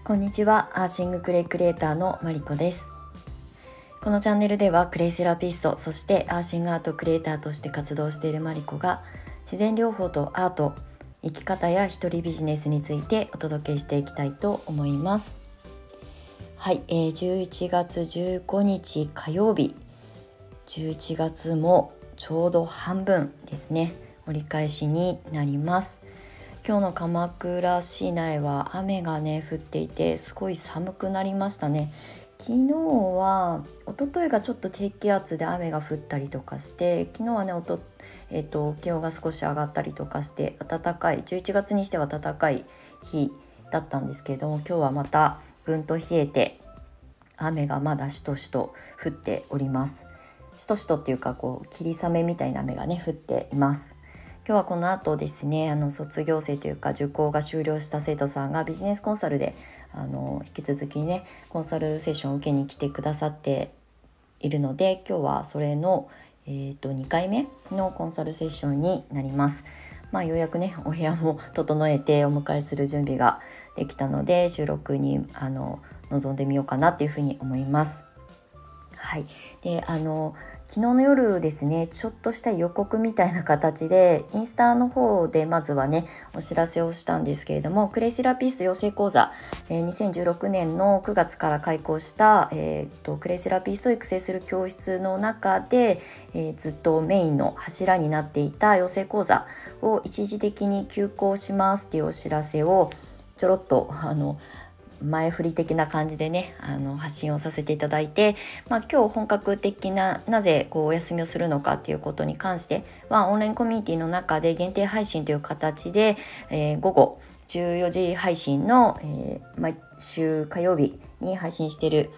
こんにちは。アーシングクレイクリエイターのマリコです。このチャンネルではクレイセラピスト、そしてアーシングアートクリエイターとして活動しているマリコが自然療法とアート、生き方や一人ビジネスについてお届けしていきたいと思います。はい、11月15日火曜日、11月もちょうど半分ですね。折り返しになります。今日の鎌倉市内は雨がね降っていて、すごい寒くなりましたね。昨日は一昨日がちょっと低気圧で雨が降ったりとかして、昨日はね気温が少し上がったりとかして暖かい、11月にしては暖かい日だったんですけれども、今日はまたぐんと冷えて雨がまだしとしと降っております。しとしとっていうか霧雨みたいな雨がね降っています。今日はこの後ですね、卒業生というか受講が終了した生徒さんがビジネスコンサルで引き続きねコンサルセッションを受けに来てくださっているので、今日はそれの、2回目のコンサルセッションになります。ようやくねお部屋も整えてお迎えする準備ができたので、収録に臨んでみようかなっていうふうに思います。はい。で昨日の夜ですね、ちょっとした予告みたいな形でインスタの方でまずはねお知らせをしたんですけれども、クレイセラピスト養成講座、2016年の9月から開講した、クレイセラピストを育成する教室の中で、ずっとメインの柱になっていた養成講座を一時的に休講しますっていうお知らせをちょろっと前振り的な感じでね発信をさせていただいて、今日本格的なぜお休みをするのかっていうことに関しては、オンラインコミュニティの中で限定配信という形で、午後14時配信の、毎週火曜日に配信している、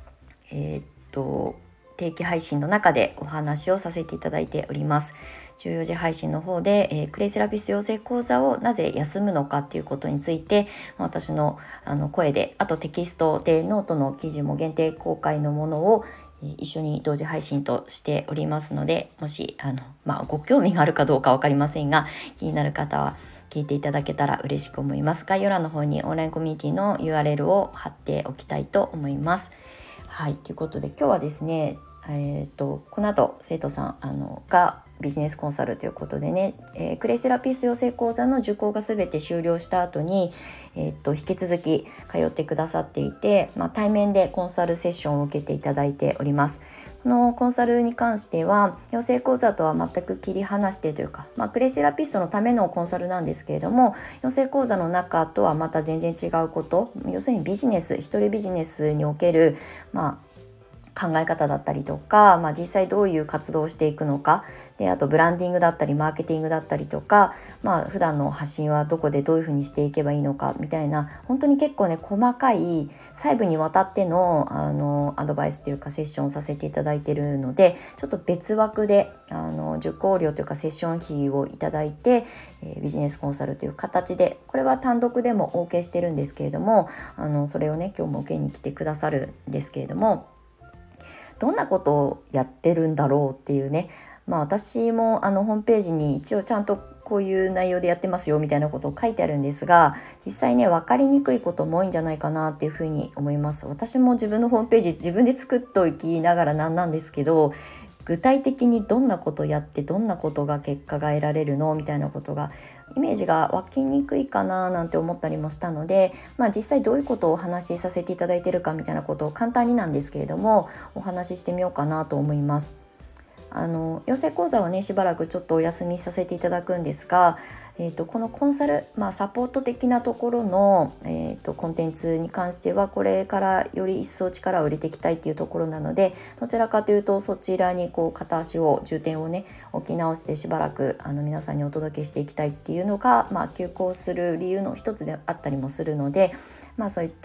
定期配信の中でお話をさせていただいております。14時配信の方で、クレイセラピスト養成講座をなぜ休むのかっていうことについて、私の声で、あとテキストでノートの記事も限定公開のものを一緒に同時配信としておりますので、もしご興味があるかどうか分かりませんが、気になる方は聞いていただけたら嬉しく思います。概要欄の方にオンラインコミュニティの URL を貼っておきたいと思います。はい、ということで今日はですね、この後生徒さんがビジネスコンサルということでね、クレイセラピスト養成講座の受講が全て終了した後に、引き続き通ってくださっていて、対面でコンサルセッションを受けていただいております。このコンサルに関しては養成講座とは全く切り離してというか、クレイセラピストのためのコンサルなんですけれども、養成講座の中とはまた全然違うこと、要するにビジネス、一人ビジネスにおける考え方だったりとか、実際どういう活動をしていくのかで、あとブランディングだったりマーケティングだったりとか、普段の発信はどこでどういうふうにしていけばいいのかみたいな、本当に結構ね細かい細部にわたってのアドバイスというかセッションをさせていただいているので、ちょっと別枠で受講料というかセッション費をいただいて、ビジネスコンサルという形で、これは単独でも OK してるんですけれども、それをね今日も受けに来てくださるんですけれども、どんなことをやってるんだろうっていうね、私もホームページに一応ちゃんとこういう内容でやってますよみたいなことを書いてあるんですが、実際ね分かりにくいことも多いんじゃないかなっていうふうに思います。私も自分のホームページ自分で作っておきながらなんですけど、具体的にどんなことやってどんなことが結果が得られるのみたいなことがイメージが湧きにくいかななんて思ったりもしたので、実際どういうことをお話しさせていただいているかみたいなことを簡単になんですけれどもお話ししてみようかなと思います。養成講座はねしばらくちょっとお休みさせていただくんですが、このコンサル、サポート的なところの、コンテンツに関してはこれからより一層力を入れていきたいっていうところなので、どちらかというとそちらに片足を重点をね置き直してしばらく皆さんにお届けしていきたいっていうのが、休講する理由の一つであったりもするので、そういった、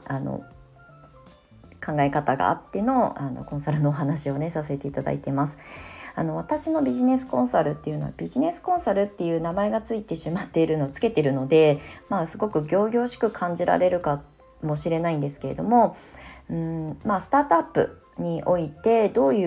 考え方があってのコンサルのお話をねさせていただいてます。私のビジネスコンサルっていうのはビジネスコンサルっていう名前がついてしまっているのをつけているので、すごく仰々しく感じられるかもしれないんですけれども、スタートアップにおいてどういう、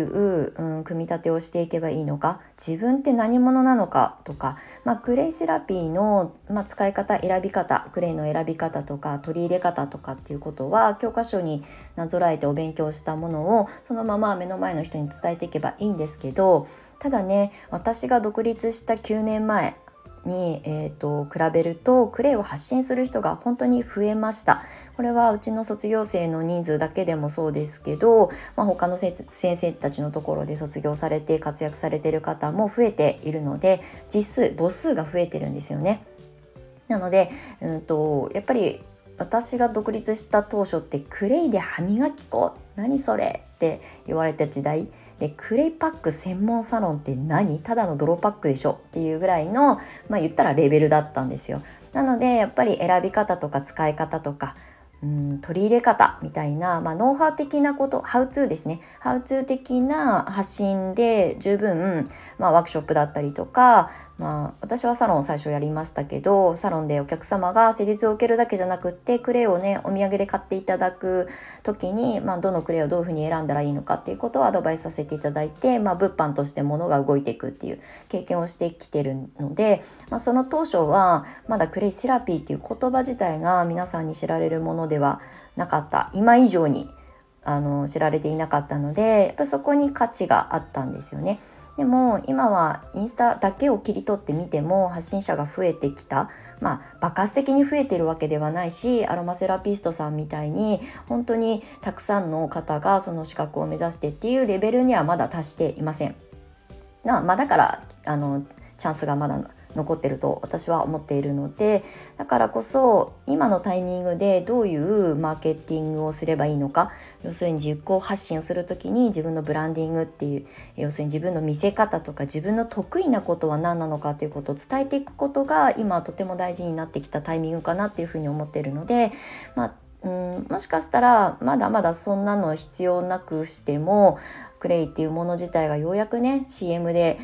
組み立てをしていけばいいのか、自分って何者なのかとか、クレイセラピーの、使い方、選び方、クレイの選び方とか取り入れ方とかっていうことは教科書になぞらえてお勉強したものをそのまま目の前の人に伝えていけばいいんですけど、ただね、私が独立した9年前に、比べるとクレイを発信する人が本当に増えました。これはうちの卒業生の人数だけでもそうですけど、他の先生たちのところで卒業されて活躍されている方も増えているので、母数が増えてるんですよね。なので、やっぱり私が独立した当初ってクレイで歯磨き粉何それって言われた時代で、クレイパック専門サロンって何、ただの泥パックでしょっていうぐらいの、言ったらレベルだったんですよ。なのでやっぱり選び方とか使い方とか取り入れ方みたいな、ノウハウ的なこと、ハウツーですね、ハウツー的な発信で十分、ワークショップだったりとか、私はサロンを最初やりましたけど、サロンでお客様が施術を受けるだけじゃなくって、クレイをねお土産で買っていただく時に、どのクレイをどういうふうに選んだらいいのかっていうことをアドバイスさせていただいて、物販として物が動いていくっていう経験をしてきてるので、その当初はまだクレイセラピーっていう言葉自体が皆さんに知られるものではなかった、今以上に知られていなかったので、やっぱりそこに価値があったんですよね。でも今はインスタだけを切り取ってみても発信者が増えてきた、爆発的に増えてるわけではないし、アロマセラピストさんみたいに本当にたくさんの方がその資格を目指してっていうレベルにはまだ達していません。だからチャンスがまだ残ってると私は思っているので、だからこそ今のタイミングでどういうマーケティングをすればいいのか、要するに自己発信をするときに自分のブランディングっていう、要するに自分の見せ方とか自分の得意なことは何なのかということを伝えていくことが今とても大事になってきたタイミングかなっていうふうに思っているので、もしかしたらまだまだそんなの必要なくしても、クレイっていうもの自体がようやくね CM で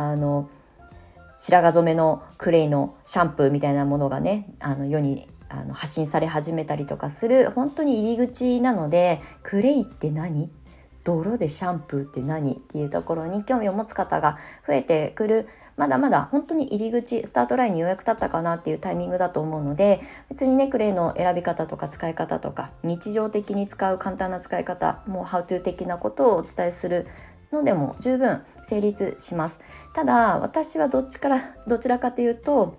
白髪染めのクレイのシャンプーみたいなものがね世に発信され始めたりとかする本当に入り口なので、クレイって何、泥でシャンプーって何っていうところに興味を持つ方が増えてくる、まだまだ本当に入り口スタートラインにようやく立ったかなっていうタイミングだと思うので、別にねクレイの選び方とか使い方とか日常的に使う簡単な使い方、もうハウトゥー的なことをお伝えするのでも十分成立します。ただ私はどちらかというと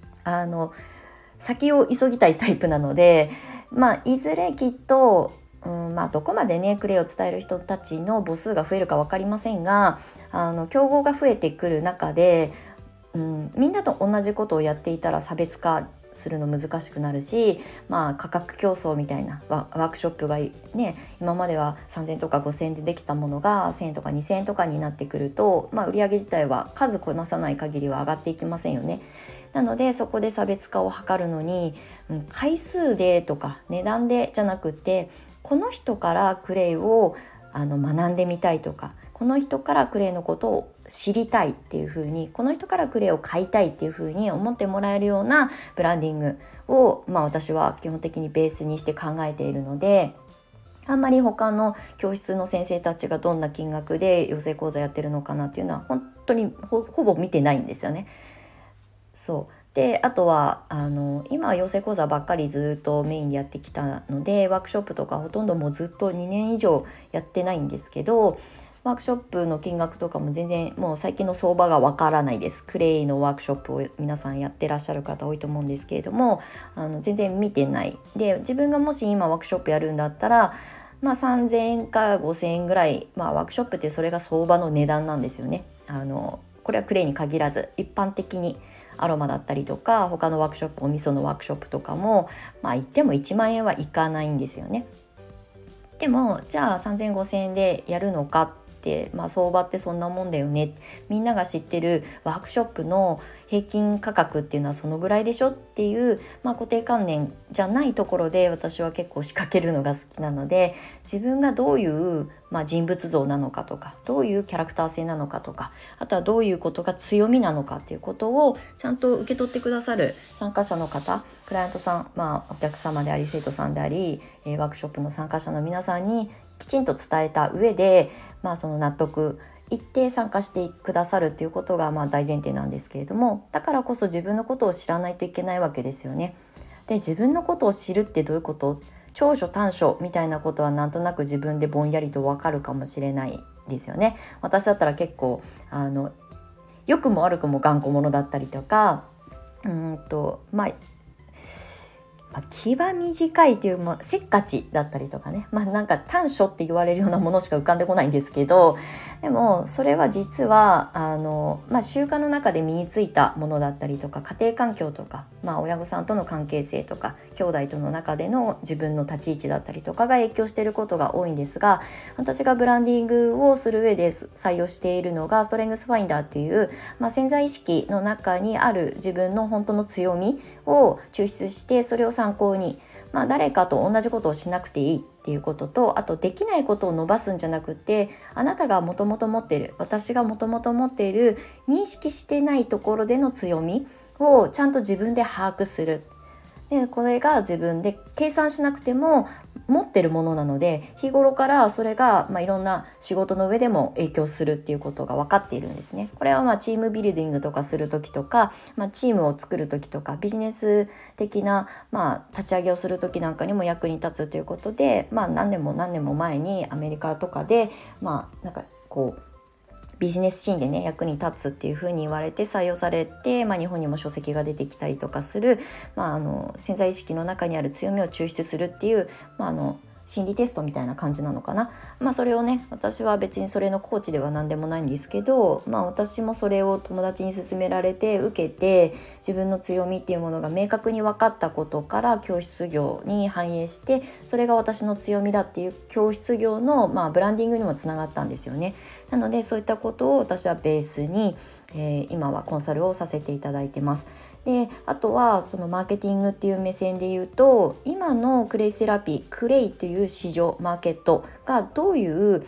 先を急ぎたいタイプなので、いずれきっとどこまでねクレイを伝える人たちの母数が増えるか分かりませんが、競合が増えてくる中で、みんなと同じことをやっていたら差別化するの難しくなるし、価格競争みたいなワークショップがね、今までは3000とか5000でできたものが1000とか2000とかになってくると、売上自体は数こなさない限りは上がっていきませんよね。なのでそこで差別化を図るのに、回数でとか値段でじゃなくて、この人からクレイを学んでみたいとか、この人からクレイのことを知りたいっていう風に、この人からクレイを買いたいっていう風に思ってもらえるようなブランディングを、私は基本的にベースにして考えているので、あんまり他の教室の先生たちがどんな金額で養成講座やってるのかなっていうのは本当に ほぼ見てないんですよね。そうで、あとは今は養成講座ばっかりずっとメインでやってきたので、ワークショップとかほとんどもうずっと2年以上やってないんですけど、ワークショップの金額とかも全然もう最近の相場がわからないです。クレイのワークショップを皆さんやってらっしゃる方多いと思うんですけれども、全然見てないで、自分がもし今ワークショップやるんだったら、3000円か5000円ぐらい、ワークショップってそれが相場の値段なんですよね。これはクレイに限らず一般的にアロマだったりとか他のワークショップ、お味噌のワークショップとかも言っても1万円はいかないんですよね。でもじゃあ3000、5000円でやるのかって、相場ってそんなもんだよね、みんなが知ってるワークショップの平均価格っていうのはそのぐらいでしょっていう、固定観念じゃないところで私は結構仕掛けるのが好きなので、自分がどういう、人物像なのかとか、どういうキャラクター性なのかとか、あとはどういうことが強みなのかっていうことをちゃんと受け取ってくださる参加者の方、クライアントさん、お客様であり生徒さんであり、ワークショップの参加者の皆さんにきちんと伝えた上で、その納得一定参加してくださるっていうことが大前提なんですけれども、だからこそ自分のことを知らないといけないわけですよね。で、自分のことを知るってどういうこと？長所短所みたいなことはなんとなく自分でぼんやりとわかるかもしれないですよね。私だったら結構良くも悪くも頑固者だったりとか、気は短いという、せっかちだったりとかね、なんか短所って言われるようなものしか浮かんでこないんですけど、でもそれは実は習慣の中で身についたものだったりとか、家庭環境とか、親御さんとの関係性とか、兄弟との中での自分の立ち位置だったりとかが影響していることが多いんですが、私がブランディングをする上で採用しているのがストレングスファインダーっていう、潜在意識の中にある自分の本当の強みを抽出して、それを参考に、誰かと同じことをしなくていいっていうことと、あとできないことを伸ばすんじゃなくて、あなたがもともと持っている、私がもともと持っている認識してないところでの強みをちゃんと自分で把握する。で、これが自分で計算しなくても持ってるものなので、日頃からそれがいろんな仕事の上でも影響するっていうことが分かっているんですね。これはチームビルディングとかする時とか、チームを作る時とか、ビジネス的な立ち上げをする時なんかにも役に立つということで、何年も前にアメリカとかでビジネスシーンでね役に立つっていう風に言われて採用されて、日本にも書籍が出てきたりとかする、潜在意識の中にある強みを抽出するっていう、心理テストみたいな感じなのかな。それをね、私は別にそれのコーチでは何でもないんですけど、私もそれを友達に勧められて受けて、自分の強みっていうものが明確に分かったことから教室業に反映して、それが私の強みだっていう教室業の、ブランディングにもつながったんですよね。なのでそういったことを私はベースに、今はコンサルをさせていただいてます。で、あとはそのマーケティングっていう目線で言うと、今のクレイセラピー、クレイという市場マーケットがどういう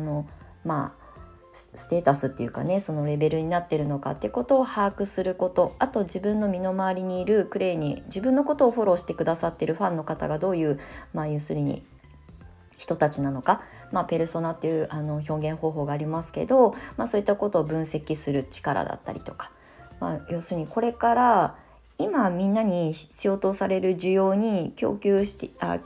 ステータスっていうかね、そのレベルになってるのかってことを把握すること、あと自分の身の回りにいるクレイに自分のことをフォローしてくださってるファンの方がどういう、要するに人たちなのか、ペルソナっていう表現方法がありますけど、そういったことを分析する力だったりとか、要するにこれから今みんなに必要とされる需要に供給して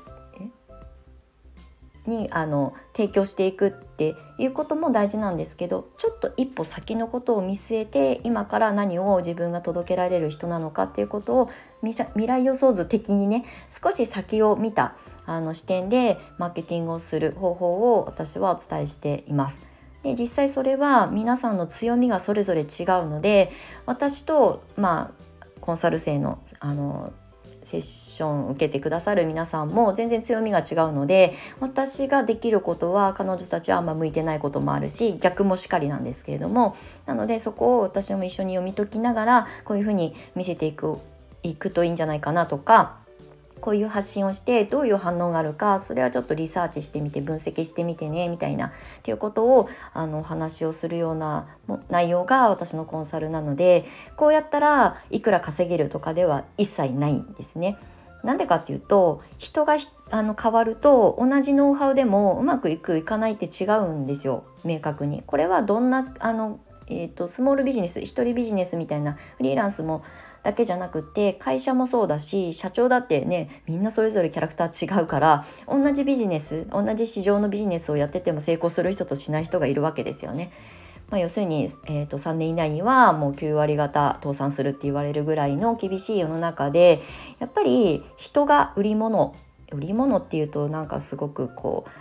提供していくっていうことも大事なんですけど、ちょっと一歩先のことを見据えて、今から何を自分が届けられる人なのかっていうことを未来予想図的にね、少し先を見た視点でマーケティングをする方法を私はお伝えしています。で、実際それは皆さんの強みがそれぞれ違うので、私とコンサル生のセッションを受けてくださる皆さんも全然強みが違うので、私ができることは彼女たちは向いてないこともあるし、逆もしかりなんですけれども、なのでそこを私も一緒に読み解きながら、こういうふうに見せていくといいんじゃないかなとか、こういう発信をしてどういう反応があるか、それはちょっとリサーチしてみて分析してみてねみたいなっていうことをお話をするような内容が私のコンサルなので、こうやったらいくら稼げるとかでは一切ないんですね。なんでかっていうと、人が変わると同じノウハウでもうまくいくいかないって違うんですよ、明確に。これはどんなスモールビジネス、一人ビジネスみたいなフリーランスもだけじゃなくて、会社もそうだし、社長だってね、みんなそれぞれキャラクター違うから、同じビジネス、同じ市場のビジネスをやってても成功する人としない人がいるわけですよね。要するに、3年以内にはもう9割方倒産するって言われるぐらいの厳しい世の中で、やっぱり人が売り物っていうとなんかすごく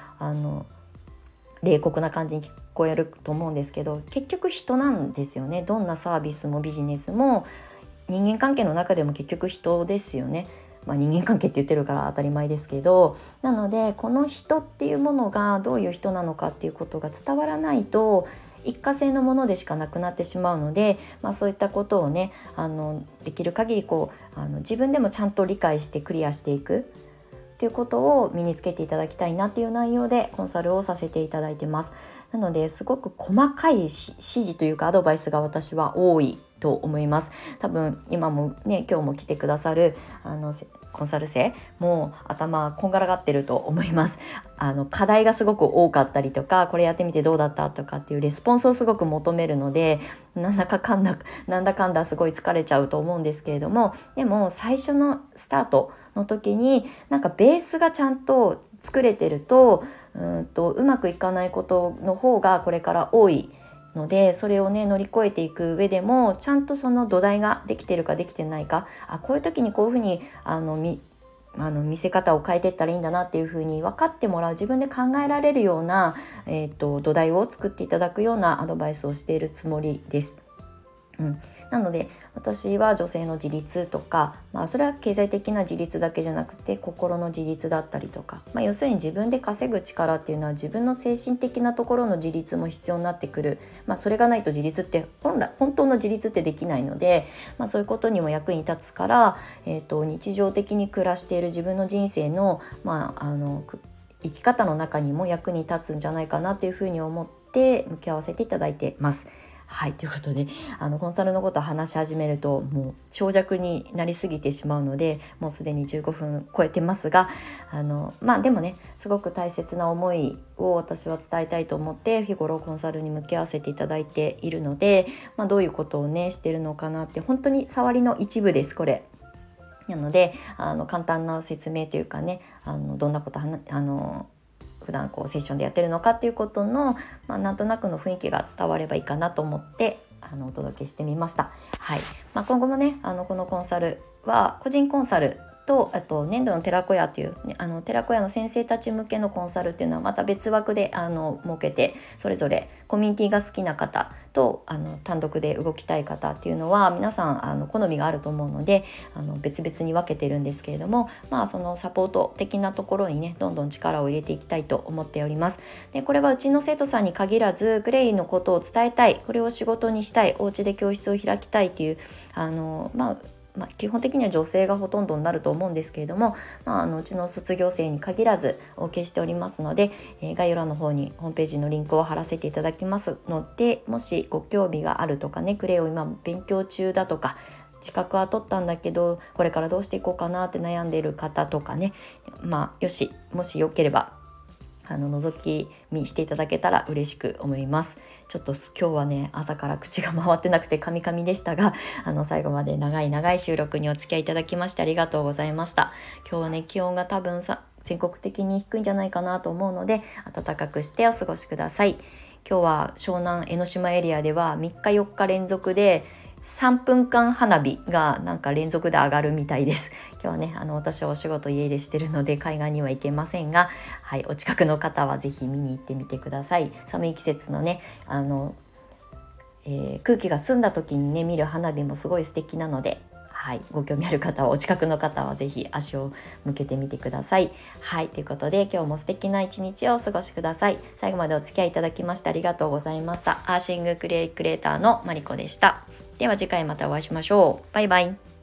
冷酷な感じに聞こえると思うんですけど、結局人なんですよね。どんなサービスもビジネスも人間関係の中でも結局人ですよね。人間関係って言ってるから当たり前ですけど、なのでこの人っていうものがどういう人なのかっていうことが伝わらないと一過性のものでしかなくなってしまうので、そういったことをねできる限り自分でもちゃんと理解してクリアしていくっていうことを身につけていただきたいなっていう内容でコンサルをさせていただいてます。なのですごく細かい指示というかアドバイスが私は多いと思います。多分今もね、今日も来てくださるコンサル生も頭こんがらがってると思います。課題がすごく多かったりとか、これやってみてどうだったとかっていうレスポンスをすごく求めるので、なんだかんだすごい疲れちゃうと思うんですけれども、でも最初のスタートの時になんかベースがちゃんと作れてるとうまくいかないことの方がこれから多いので、それをね乗り越えていく上でもちゃんとその土台ができてるかできてないか、こういう時にこういうふうに見せ方を変えていったらいいんだなっていうふうに分かってもらう、自分で考えられるような、土台を作っていただくようなアドバイスをしているつもりです。なので私は女性の自立とか、それは経済的な自立だけじゃなくて心の自立だったりとか、要するに自分で稼ぐ力っていうのは自分の精神的なところの自立も必要になってくる、それがないと自立って本当の自立ってできないので、そういうことにも役に立つから、日常的に暮らしている自分の人生の、生き方の中にも役に立つんじゃないかなというふうに思って向き合わせていただいてます。はい、ということでコンサルのことを話し始めるともう長尺になりすぎてしまうので、もうすでに15分超えてますが、でもねすごく大切な思いを私は伝えたいと思って日頃コンサルに向き合わせていただいているので、どういうことをねしてるのかなって本当に触りの一部ですこれ。なので簡単な説明というかね、どんなこと普段セッションでやってるのかっていうことの、なんとなくの雰囲気が伝わればいいかなと思ってお届けしてみました。はい。今後もねこのコンサルは個人コンサルとあと年度の寺子屋という、寺子屋の先生たち向けのコンサルっていうのはまた別枠で設けて、それぞれコミュニティが好きな方と単独で動きたい方っていうのは皆さん好みがあると思うので別々に分けてるんですけれども、そのサポート的なところにねどんどん力を入れていきたいと思っております。でこれはうちの生徒さんに限らずクレイのことを伝えたい、これを仕事にしたい、お家で教室を開きたいっていう基本的には女性がほとんどになると思うんですけれども、うちの卒業生に限らずお受けしておりますので、概要欄の方にホームページのリンクを貼らせていただきますので、もしご興味があるとかね、クレイを今勉強中だとか、資格は取ったんだけどこれからどうしていこうかなって悩んでいる方とかね、もしよければ覗き見していただけたら嬉しく思います。ちょっと今日はね朝から口が回ってなくてカミカミでしたが、最後まで長い収録にお付き合いいただきましてありがとうございました。今日はね気温が多分全国的に低いんじゃないかなと思うので暖かくしてお過ごしください。今日は湘南江ノ島エリアでは3日4日連続で3分間花火がなんか連続で上がるみたいです。今日はね私はお仕事家でしてるので海岸には行けませんが、はい、お近くの方はぜひ見に行ってみてください。寒い季節のね空気が澄んだ時にね見る花火もすごい素敵なので、はい、ご興味ある方はお近くの方はぜひ足を向けてみてください。はい、ということで今日も素敵な一日をお過ごしください。最後までお付き合いいただきましてありがとうございました。アーシングクリエイターのマリコでした。では次回またお会いしましょう。バイバイ。